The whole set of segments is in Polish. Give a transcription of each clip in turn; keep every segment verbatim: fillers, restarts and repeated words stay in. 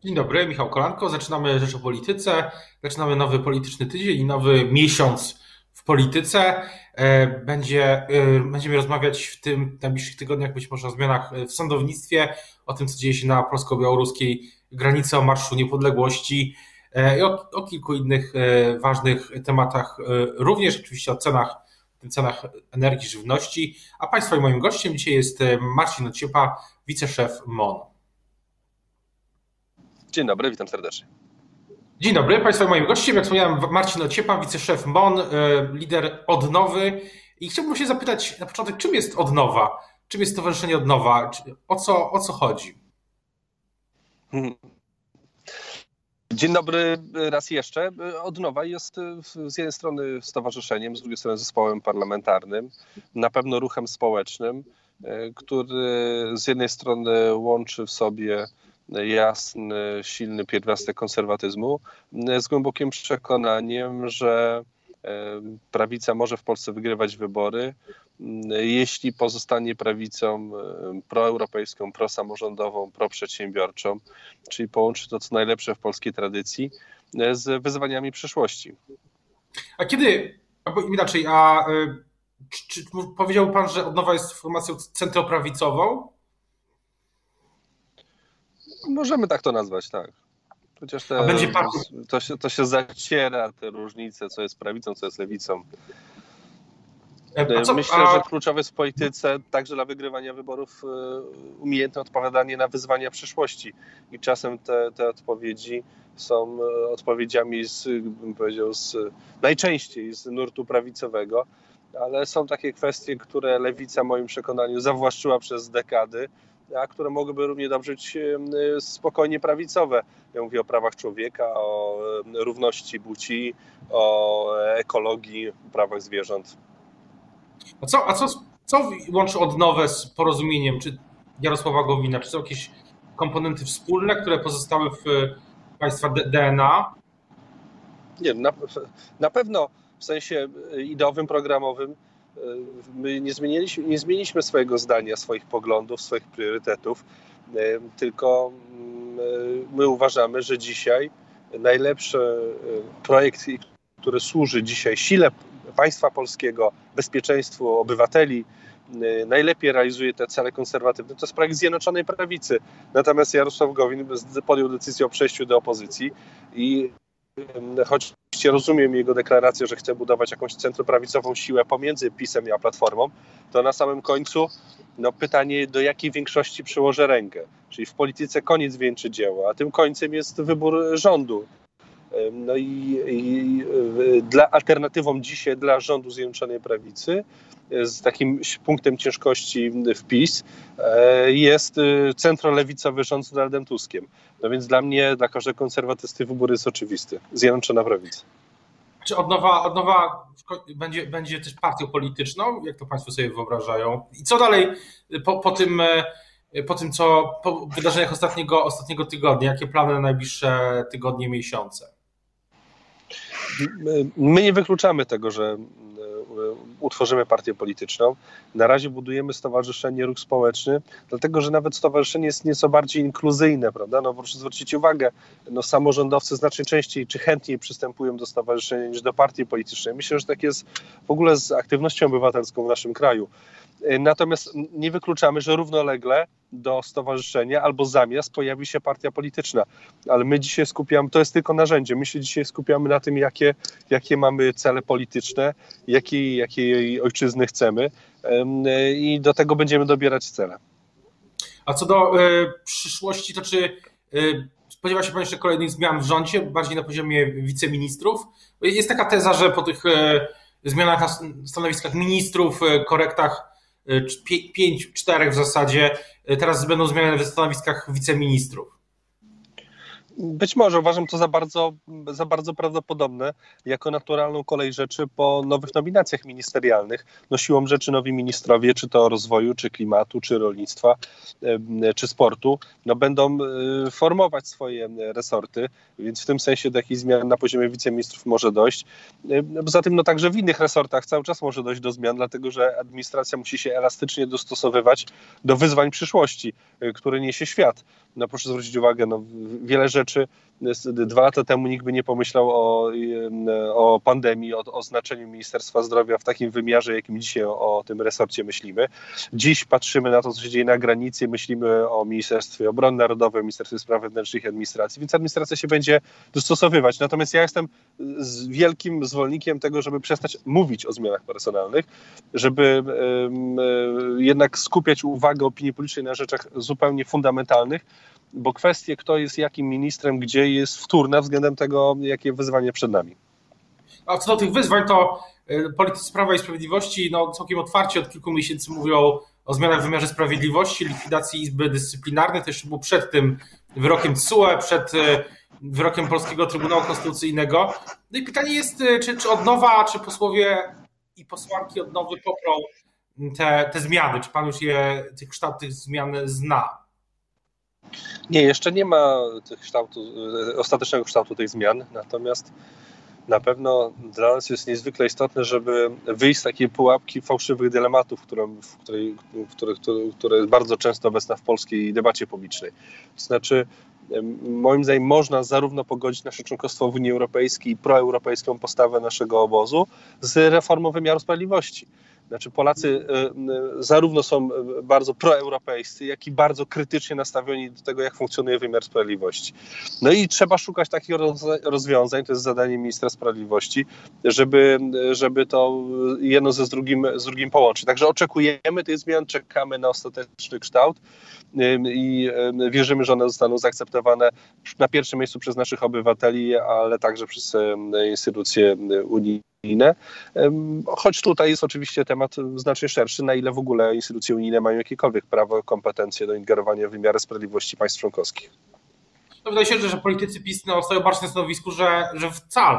Dzień dobry, Michał Kolanko. Zaczynamy Rzecz o Polityce. Zaczynamy nowy polityczny tydzień i nowy miesiąc w polityce. E, Będzie, e, będziemy rozmawiać w tym najbliższych tygodniach być może o zmianach w sądownictwie, o tym, co dzieje się na polsko-białoruskiej granicy, o Marszu Niepodległości e, i o, o kilku innych e, ważnych tematach, e, również oczywiście o cenach, cenach energii, żywności. A Państwa i moim gościem dzisiaj jest Marcin Ociepa, wiceszef M O N. Dzień dobry, witam serdecznie. Dzień dobry, Państwa moim gościem, jak wspomniałem, Marcin Ociepa, wiceszef M O N, lider Odnowy. I chciałbym się zapytać na początek, czym jest Odnowa? Czym jest Stowarzyszenie Odnowa? O co, o co chodzi? Dzień dobry raz jeszcze. Odnowa jest z jednej strony stowarzyszeniem, z drugiej strony zespołem parlamentarnym, na pewno ruchem społecznym, który z jednej strony łączy w sobie jasny, silny pierwiastek konserwatyzmu z głębokim przekonaniem, że prawica może w Polsce wygrywać wybory, jeśli pozostanie prawicą proeuropejską, prosamorządową, proprzedsiębiorczą, czyli połączy to, co najlepsze w polskiej tradycji, z wyzwaniami przyszłości. A kiedy, albo inaczej, a czy, czy powiedział Pan, że Odnowa jest formacją centroprawicową? Możemy tak to nazwać, tak. Chociaż te, A będzie pan... to, się, to się zaciera, te różnice, co jest prawicą, co jest lewicą. Co, Myślę, a... że kluczowe jest w polityce, także dla wygrywania wyborów, umiejętne odpowiadanie na wyzwania przyszłości. I czasem te, te odpowiedzi są odpowiedziami z, bym powiedział, z, najczęściej z nurtu prawicowego, ale są takie kwestie, które lewica w moim przekonaniu zawłaszczyła przez dekady, a które mogłyby równie dobrze być spokojnie prawicowe. Ja mówię o prawach człowieka, o równości płci, o ekologii, prawach zwierząt. A co, a co, co łączy Odnowę z Porozumieniem, czy Jarosława Gowina? Czy są jakieś komponenty wspólne, które pozostały w Państwa D N A? Nie, na, na pewno w sensie ideowym, programowym my nie zmieniliśmy, nie zmieniliśmy swojego zdania, swoich poglądów, swoich priorytetów, tylko my uważamy, że dzisiaj najlepszy projekt, który służy dzisiaj sile państwa polskiego, bezpieczeństwu obywateli, najlepiej realizuje te cele konserwatywne, to jest projekt Zjednoczonej Prawicy. Natomiast Jarosław Gowin podjął decyzję o przejściu do opozycji i choć rozumiem jego deklarację, że chce budować jakąś centroprawicową siłę pomiędzy PiS-em a Platformą, to na samym końcu no, pytanie, do jakiej większości przyłoży rękę. Czyli w polityce koniec wieńczy dzieła, a tym końcem jest wybór rządu. No i, i dla alternatywą dzisiaj dla rządu Zjednoczonej Prawicy z takim punktem ciężkości w PiS jest centrolewicowy rząd z Donaldem Tuskiem. No więc dla mnie, dla każdego konserwatysty wybór jest oczywisty. Zjednoczona Prawica. Czy Odnowa, Odnowa będzie, będzie też partią polityczną? Jak to Państwo sobie wyobrażają? I co dalej po, po tym, po tym co po wydarzeniach ostatniego, ostatniego tygodnia? Jakie plany na najbliższe tygodnie, miesiące? My nie wykluczamy tego, że utworzymy partię polityczną. Na razie budujemy stowarzyszenie, ruch społeczny, dlatego że nawet stowarzyszenie jest nieco bardziej inkluzyjne, prawda? No proszę zwrócić uwagę, no samorządowcy znacznie częściej czy chętniej przystępują do stowarzyszenia niż do partii politycznej. Myślę, że tak jest w ogóle z aktywnością obywatelską w naszym kraju. Natomiast nie wykluczamy, że równolegle do stowarzyszenia albo zamiast pojawi się partia polityczna. Ale my dzisiaj skupiamy, to jest tylko narzędzie, my się dzisiaj skupiamy na tym, jakie, jakie mamy cele polityczne, jakiej, jakiej ojczyzny chcemy i do tego będziemy dobierać cele. A co do y, przyszłości, to czy y, spodziewa się Pan jeszcze kolejnych zmian w rządzie, bardziej na poziomie wiceministrów? Jest taka teza, że po tych y, zmianach na stanowiskach ministrów, y, korektach pięć, czterech w zasadzie, teraz będą zmiany w stanowiskach wiceministrów. Być może uważam to za bardzo, za bardzo prawdopodobne, jako naturalną kolej rzeczy po nowych nominacjach ministerialnych. No siłą rzeczy nowi ministrowie, czy to rozwoju, czy klimatu, czy rolnictwa, czy sportu, no będą formować swoje resorty, więc w tym sensie do jakichś zmian na poziomie wiceministrów może dojść. Poza tym no także w innych resortach cały czas może dojść do zmian, dlatego że administracja musi się elastycznie dostosowywać do wyzwań przyszłości, które niesie świat. No proszę zwrócić uwagę, no wiele rzeczy dwa lata temu nikt by nie pomyślał o, o pandemii, o, o znaczeniu Ministerstwa Zdrowia w takim wymiarze, jakim dzisiaj o, o tym resorcie myślimy. Dziś patrzymy na to, co się dzieje na granicy, myślimy o Ministerstwie Obrony Narodowej, Ministerstwie Spraw Wewnętrznych i Administracji, więc administracja się będzie dostosowywać. Natomiast ja jestem z wielkim zwolennikiem tego, żeby przestać mówić o zmianach personalnych, żeby um, jednak skupiać uwagę opinii publicznej na rzeczach zupełnie fundamentalnych, bo kwestie, kto jest jakim ministrem, gdzie jest wtórna względem tego, jakie wyzwanie przed nami. A co do tych wyzwań, to politycy Prawa i Sprawiedliwości no, całkiem otwarcie od kilku miesięcy mówią o zmianach w wymiarze sprawiedliwości, likwidacji Izby Dyscyplinarnej, to jeszcze było przed tym wyrokiem T S U E, przed wyrokiem Polskiego Trybunału Konstytucyjnego. No i pytanie jest, czy, czy od nowa, czy posłowie i posłanki od nowy poprą te, te zmiany, czy pan już je, tych kształt tych zmian zna? Nie, jeszcze nie ma tych kształtu, ostatecznego kształtu tych zmian, natomiast na pewno dla nas jest niezwykle istotne, żeby wyjść z takiej pułapki fałszywych dylematów, które, w której, w których, które jest bardzo często obecna w polskiej debacie publicznej. To znaczy, moim zdaniem można zarówno pogodzić nasze członkostwo w Unii Europejskiej i proeuropejską postawę naszego obozu z reformą wymiaru sprawiedliwości. Znaczy Polacy zarówno są bardzo proeuropejscy, jak i bardzo krytycznie nastawieni do tego, jak funkcjonuje wymiar sprawiedliwości. No i trzeba szukać takich rozwiązań, to jest zadanie ministra sprawiedliwości, żeby, żeby to jedno ze z drugim, z drugim połączyć. Także oczekujemy tych zmian, czekamy na ostateczny kształt i wierzymy, że one zostaną zaakceptowane na pierwszym miejscu przez naszych obywateli, ale także przez instytucje unijne. Choć tutaj jest oczywiście temat znacznie szerszy, na ile w ogóle instytucje unijne mają jakiekolwiek prawo, kompetencje do ingerowania w wymiar sprawiedliwości państw członkowskich. No wydaje się, że politycy PiS no, stoją bardziej na stanowisku, że, że wcale.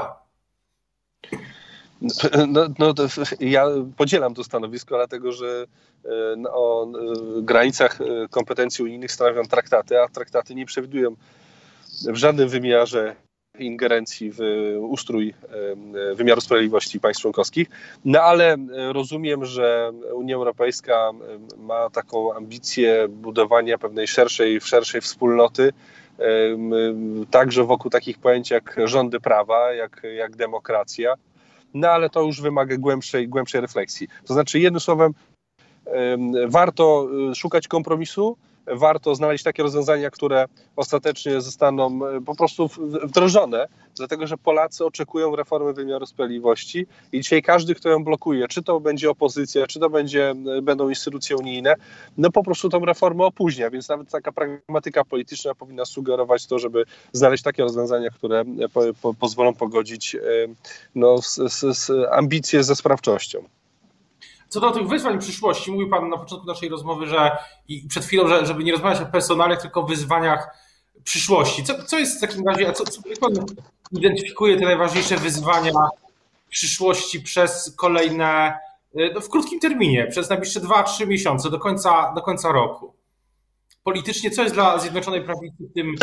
No, no, ja podzielam to stanowisko, dlatego że no, o granicach kompetencji unijnych stanowią traktaty, a traktaty nie przewidują w żadnym wymiarze ingerencji w ustrój wymiaru sprawiedliwości państw członkowskich. No ale rozumiem, że Unia Europejska ma taką ambicję budowania pewnej szerszej, szerszej wspólnoty, także wokół takich pojęć jak rządy prawa, jak, jak demokracja. No ale to już wymaga głębszej, głębszej refleksji. To znaczy, jednym słowem, warto szukać kompromisu, warto znaleźć takie rozwiązania, które ostatecznie zostaną po prostu wdrożone, dlatego że Polacy oczekują reformy wymiaru sprawiedliwości i dzisiaj każdy, kto ją blokuje, czy to będzie opozycja, czy to będzie, będą instytucje unijne, no po prostu tą reformę opóźnia, więc nawet taka pragmatyka polityczna powinna sugerować to, żeby znaleźć takie rozwiązania, które po, po, pozwolą pogodzić no, z, z, z ambicje ze sprawczością. Co do tych wyzwań przyszłości, mówił pan na początku naszej rozmowy, że i przed chwilą, że, żeby nie rozmawiać o personaliach, tylko o wyzwaniach przyszłości. Co, co jest w takim razie, a co, co pan identyfikuje te najważniejsze wyzwania przyszłości przez kolejne, no w krótkim terminie, przez najbliższe dwa trzy miesiące, do końca, do końca roku? Politycznie, co jest dla Zjednoczonej Prawicy w tym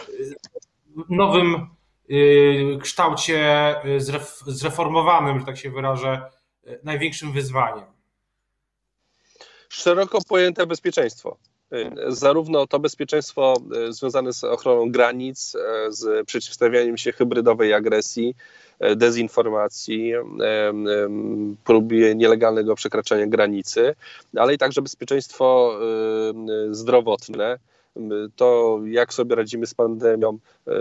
nowym kształcie zreformowanym, że tak się wyrażę, największym wyzwaniem? Szeroko pojęte bezpieczeństwo. Zarówno to bezpieczeństwo związane z ochroną granic, z przeciwstawianiem się hybrydowej agresji, dezinformacji, próbie nielegalnego przekraczania granicy, ale i także bezpieczeństwo zdrowotne. To, jak sobie radzimy z pandemią,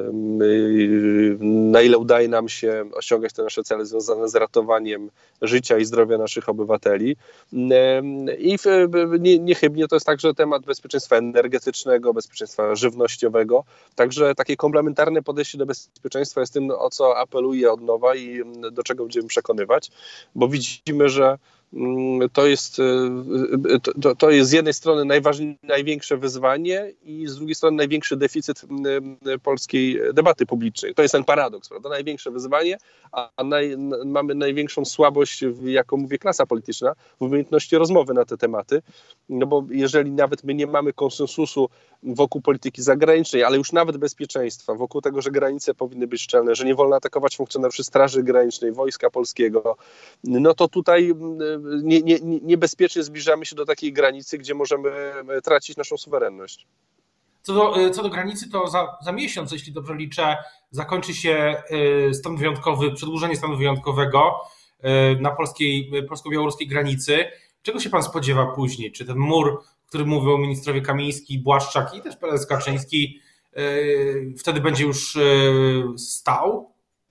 na ile udaje nam się osiągać te nasze cele związane z ratowaniem życia i zdrowia naszych obywateli. I niechybnie to jest także temat bezpieczeństwa energetycznego, bezpieczeństwa żywnościowego. Także takie komplementarne podejście do bezpieczeństwa jest tym, o co apeluję od nowa i do czego będziemy przekonywać, bo widzimy, że to jest, to, to jest z jednej strony najważniejsze, największe wyzwanie i z drugiej strony największy deficyt polskiej debaty publicznej. To jest ten paradoks, prawda? Największe wyzwanie, a naj, mamy największą słabość, jako mówię, klasa polityczna, w umiejętności rozmowy na te tematy, no bo jeżeli nawet my nie mamy konsensusu wokół polityki zagranicznej, ale już nawet bezpieczeństwa, wokół tego, że granice powinny być szczelne, że nie wolno atakować funkcjonariuszy Straży Granicznej, Wojska Polskiego, no to tutaj nie, nie, niebezpiecznie zbliżamy się do takiej granicy, gdzie możemy tracić naszą suwerenność. Co do, co do granicy, to za, za miesiąc, jeśli dobrze liczę, zakończy się stan wyjątkowy, przedłużenie stanu wyjątkowego na polskiej, polsko-białoruskiej granicy. Czego się pan spodziewa później? Czy ten mur, o którym mówią ministrowie Kamiński, Błaszczak i też prezes Kaczyński, wtedy będzie już stał?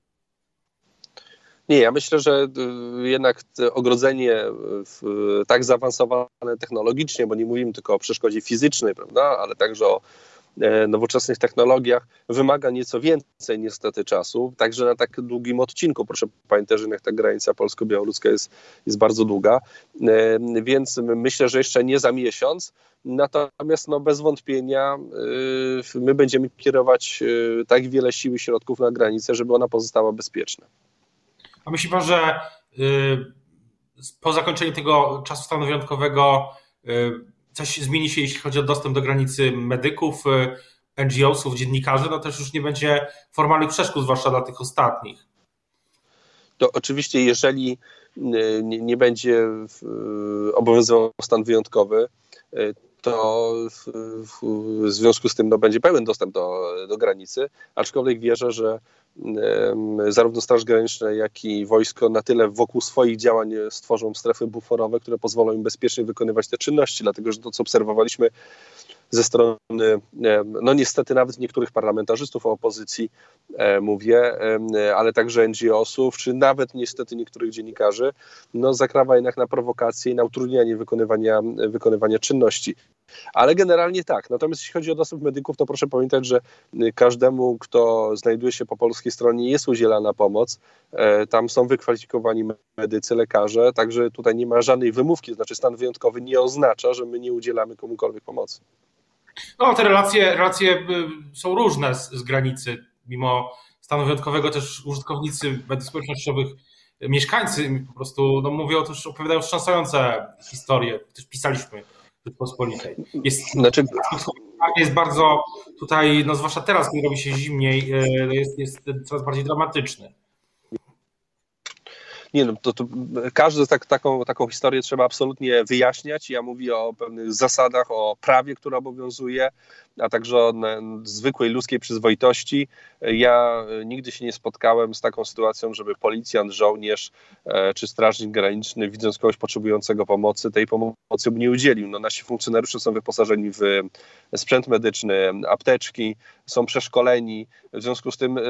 Nie, ja myślę, że jednak ogrodzenie tak zaawansowane technologicznie, bo nie mówimy tylko o przeszkodzie fizycznej, prawda, ale także o nowoczesnych technologiach, wymaga nieco więcej niestety czasu, także na tak długim odcinku. Proszę pamiętać, że jednak ta granica polsko-białoruska jest, jest bardzo długa, więc myślę, że jeszcze nie za miesiąc, natomiast no, bez wątpienia my będziemy kierować tak wiele sił i środków na granicę, żeby ona pozostała bezpieczna. A myśli pan, że po zakończeniu tego czasu stanu wyjątkowego coś zmieni się, jeśli chodzi o dostęp do granicy medyków, N G O sów, dziennikarzy? No też już nie będzie formalnych przeszkód, zwłaszcza dla tych ostatnich. To oczywiście, jeżeli nie, nie będzie obowiązywał stan wyjątkowy, to w, w, w związku z tym no, będzie pełen dostęp do, do granicy, aczkolwiek wierzę, że zarówno Straż Graniczna, jak i wojsko na tyle wokół swoich działań stworzą strefy buforowe, które pozwolą im bezpiecznie wykonywać te czynności, dlatego że to, co obserwowaliśmy ze strony, no niestety nawet niektórych parlamentarzystów opozycji, e, mówię, e, ale także N G O sów, czy nawet niestety niektórych dziennikarzy, no zakrawa jednak na prowokacje i na utrudnianie wykonywania, wykonywania czynności. Ale generalnie tak. Natomiast jeśli chodzi o dostęp medyków, to proszę pamiętać, że każdemu, kto znajduje się po polskiej stronie, jest udzielana pomoc. Tam są wykwalifikowani medycy, lekarze, także tutaj nie ma żadnej wymówki. To znaczy stan wyjątkowy nie oznacza, że my nie udzielamy komukolwiek pomocy. No, te relacje, relacje są różne z, z granicy. Mimo stanu wyjątkowego też użytkownicy mediów społecznościowych, mieszkańcy po prostu no, mówią, też opowiadają wstrząsające historie. Też pisaliśmy w Rzeczpospolitej. Jest, znaczy... jest bardzo tutaj, no zwłaszcza teraz, kiedy robi się zimniej, jest, jest coraz bardziej dramatyczny. Nie no, to, to każdą tak, taką, taką historię trzeba absolutnie wyjaśniać. Ja mówię o pewnych zasadach, o prawie, które obowiązuje, a także o zwykłej ludzkiej przyzwoitości. Ja nigdy się nie spotkałem z taką sytuacją, żeby policjant, żołnierz czy strażnik graniczny, widząc kogoś potrzebującego pomocy, tej pomocy nie udzielił. No, nasi funkcjonariusze są wyposażeni w sprzęt medyczny, apteczki, są przeszkoleni. W związku z tym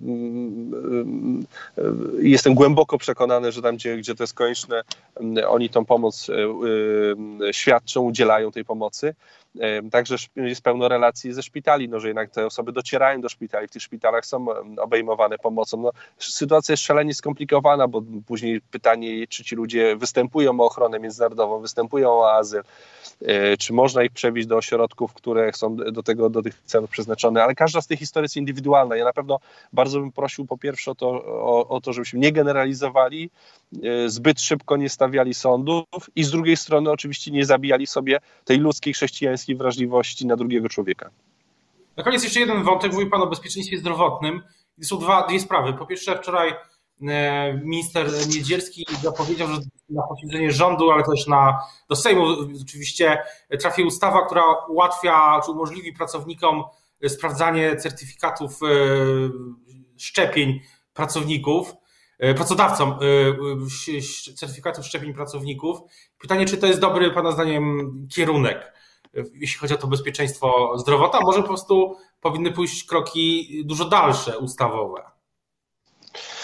jestem głęboko przekonany, że tam, gdzie, gdzie to jest konieczne, oni tą pomoc świadczą, udzielają tej pomocy. Także jest pełno relacji ze szpitali, no, że jednak te osoby docierają do szpitali, w tych szpitalach są obejmowane pomocą. No, sytuacja jest szalenie skomplikowana, bo później pytanie, czy ci ludzie występują o ochronę międzynarodową, występują o azyl, czy można ich przewieźć do ośrodków, które są do tego, do tych celów przeznaczone, ale każda z tych historii jest indywidualna. Ja na pewno bardzo bym prosił po pierwsze o to, o, o to, żebyśmy nie generalizowali, zbyt szybko nie stawiali sądów i z drugiej strony oczywiście nie zabijali sobie tej ludzkiej, chrześcijańskiej wrażliwości na drugiego człowieka. Na koniec jeszcze jeden wątek. Mówił pan o bezpieczeństwie zdrowotnym. I są dwa, dwie sprawy. Po pierwsze, wczoraj minister Niedzielski zapowiedział, że na posiedzenie rządu, ale też na, do Sejmu oczywiście trafi ustawa, która ułatwia czy umożliwi pracownikom sprawdzanie certyfikatów szczepień pracowników, pracodawcom certyfikatów szczepień pracowników. Pytanie, czy to jest dobry pana zdaniem kierunek, jeśli chodzi o to bezpieczeństwo zdrowotne, a może po prostu powinny pójść kroki dużo dalsze, ustawowe?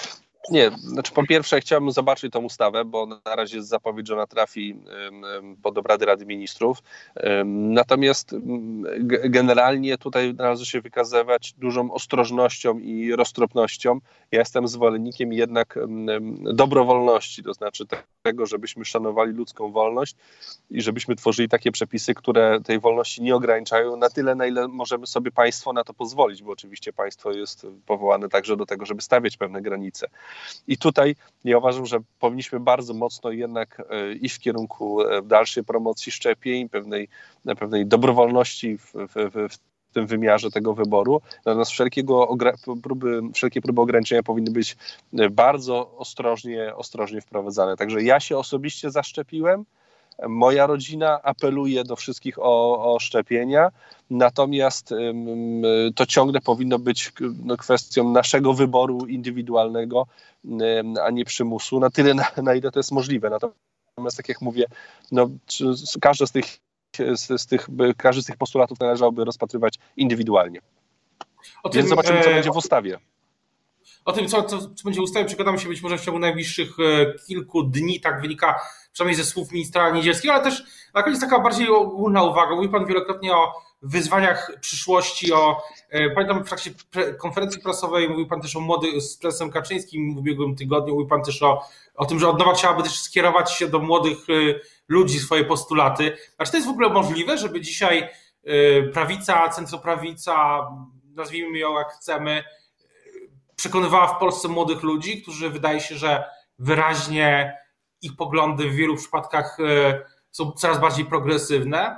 Nie, znaczy po pierwsze chciałbym zobaczyć tą ustawę, bo na razie jest zapowiedź, że ona trafi pod obrady Rady Ministrów. Natomiast generalnie tutaj należy się wykazywać dużą ostrożnością i roztropnością. Ja jestem zwolennikiem jednak dobrowolności, to znaczy tego, żebyśmy szanowali ludzką wolność i żebyśmy tworzyli takie przepisy, które tej wolności nie ograniczają na tyle, na ile możemy sobie państwo na to pozwolić, bo oczywiście państwo jest powołane także do tego, żeby stawiać pewne granice. I tutaj ja uważam, że powinniśmy bardzo mocno jednak iść w kierunku dalszej promocji szczepień, pewnej, pewnej dobrowolności w, w, w tym wymiarze tego wyboru. Natomiast wszelkiego próby, wszelkie próby ograniczenia powinny być bardzo ostrożnie, ostrożnie wprowadzane. Także ja się osobiście zaszczepiłem. Moja rodzina apeluje do wszystkich o, o szczepienia, natomiast ym, to ciągle powinno być no, kwestią naszego wyboru indywidualnego, ym, a nie przymusu, na tyle, na, na ile to jest możliwe. Natomiast tak jak mówię, no, każdy z tych, z, z tych, każdy z tych postulatów należałoby rozpatrywać indywidualnie. O tym, Więc zobaczymy, co e... będzie w ustawie. O tym, co, co, co będzie w ustawie, przekonamy się być może w ciągu najbliższych e, kilku dni, tak wynika przynajmniej ze słów ministra Niedzielskiego, ale też na koniec taka bardziej ogólna uwaga. Mówi pan wielokrotnie o wyzwaniach przyszłości, o, e, pamiętam w trakcie konferencji prasowej mówił pan też o młodych z prezesem Kaczyńskim w ubiegłym tygodniu, mówił pan też o, o tym, że od nowa chciałaby też skierować się do młodych e, ludzi swoje postulaty. A czy to jest w ogóle możliwe, żeby dzisiaj e, prawica, centroprawica, nazwijmy ją jak chcemy, przekonywała w Polsce młodych ludzi, którzy wydaje się, że wyraźnie ich poglądy w wielu przypadkach są coraz bardziej progresywne?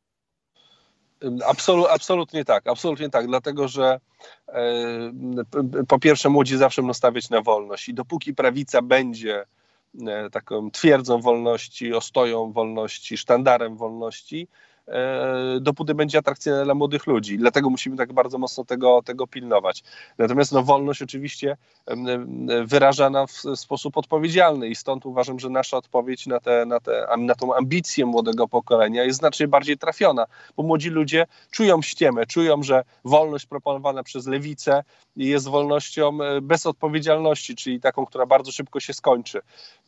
Absolut, absolutnie tak, absolutnie tak, dlatego że e, po pierwsze młodzi zawsze będą stawiać na wolność i dopóki prawica będzie e, taką twierdzą wolności, ostoją wolności, sztandarem wolności, dopóty będzie atrakcyjne dla młodych ludzi. Dlatego musimy tak bardzo mocno tego, tego pilnować. Natomiast no, wolność oczywiście wyrażana w sposób odpowiedzialny i stąd uważam, że nasza odpowiedź na, te, na, te, na tą ambicję młodego pokolenia jest znacznie bardziej trafiona, bo młodzi ludzie czują ściemę, czują, że wolność proponowana przez lewicę jest wolnością bez odpowiedzialności, czyli taką, która bardzo szybko się skończy.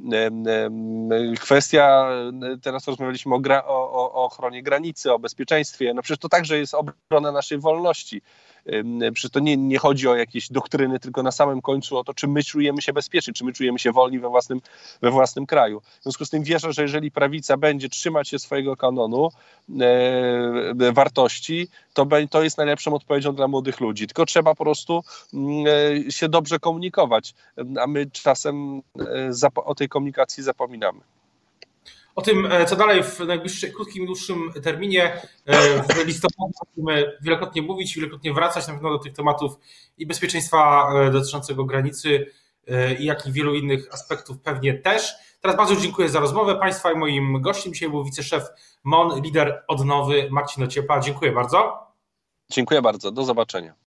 Kwestia, teraz rozmawialiśmy o, gra, o, o ochronie granicy, o bezpieczeństwie, no przecież to także jest obrona naszej wolności. Przecież to nie, nie chodzi o jakieś doktryny, tylko na samym końcu o to, czy my czujemy się bezpiecznie, czy my czujemy się wolni we własnym, we własnym kraju. W związku z tym wierzę, że jeżeli prawica będzie trzymać się swojego kanonu e, wartości, to, be, to jest najlepszą odpowiedzią dla młodych ludzi. Tylko trzeba po prostu e, się dobrze komunikować, a my czasem e, zap- o tej komunikacji zapominamy. O tym, co dalej w najbliższym, krótkim i dłuższym terminie, w listopadzie będziemy wielokrotnie mówić, wielokrotnie wracać na pewno do tych tematów i bezpieczeństwa dotyczącego granicy i jak i wielu innych aspektów pewnie też. Teraz bardzo dziękuję za rozmowę Państwa i moim gościem dzisiaj był wiceszef M O N, lider odnowy Marcin Ociepa. Dziękuję bardzo. Dziękuję bardzo, do zobaczenia.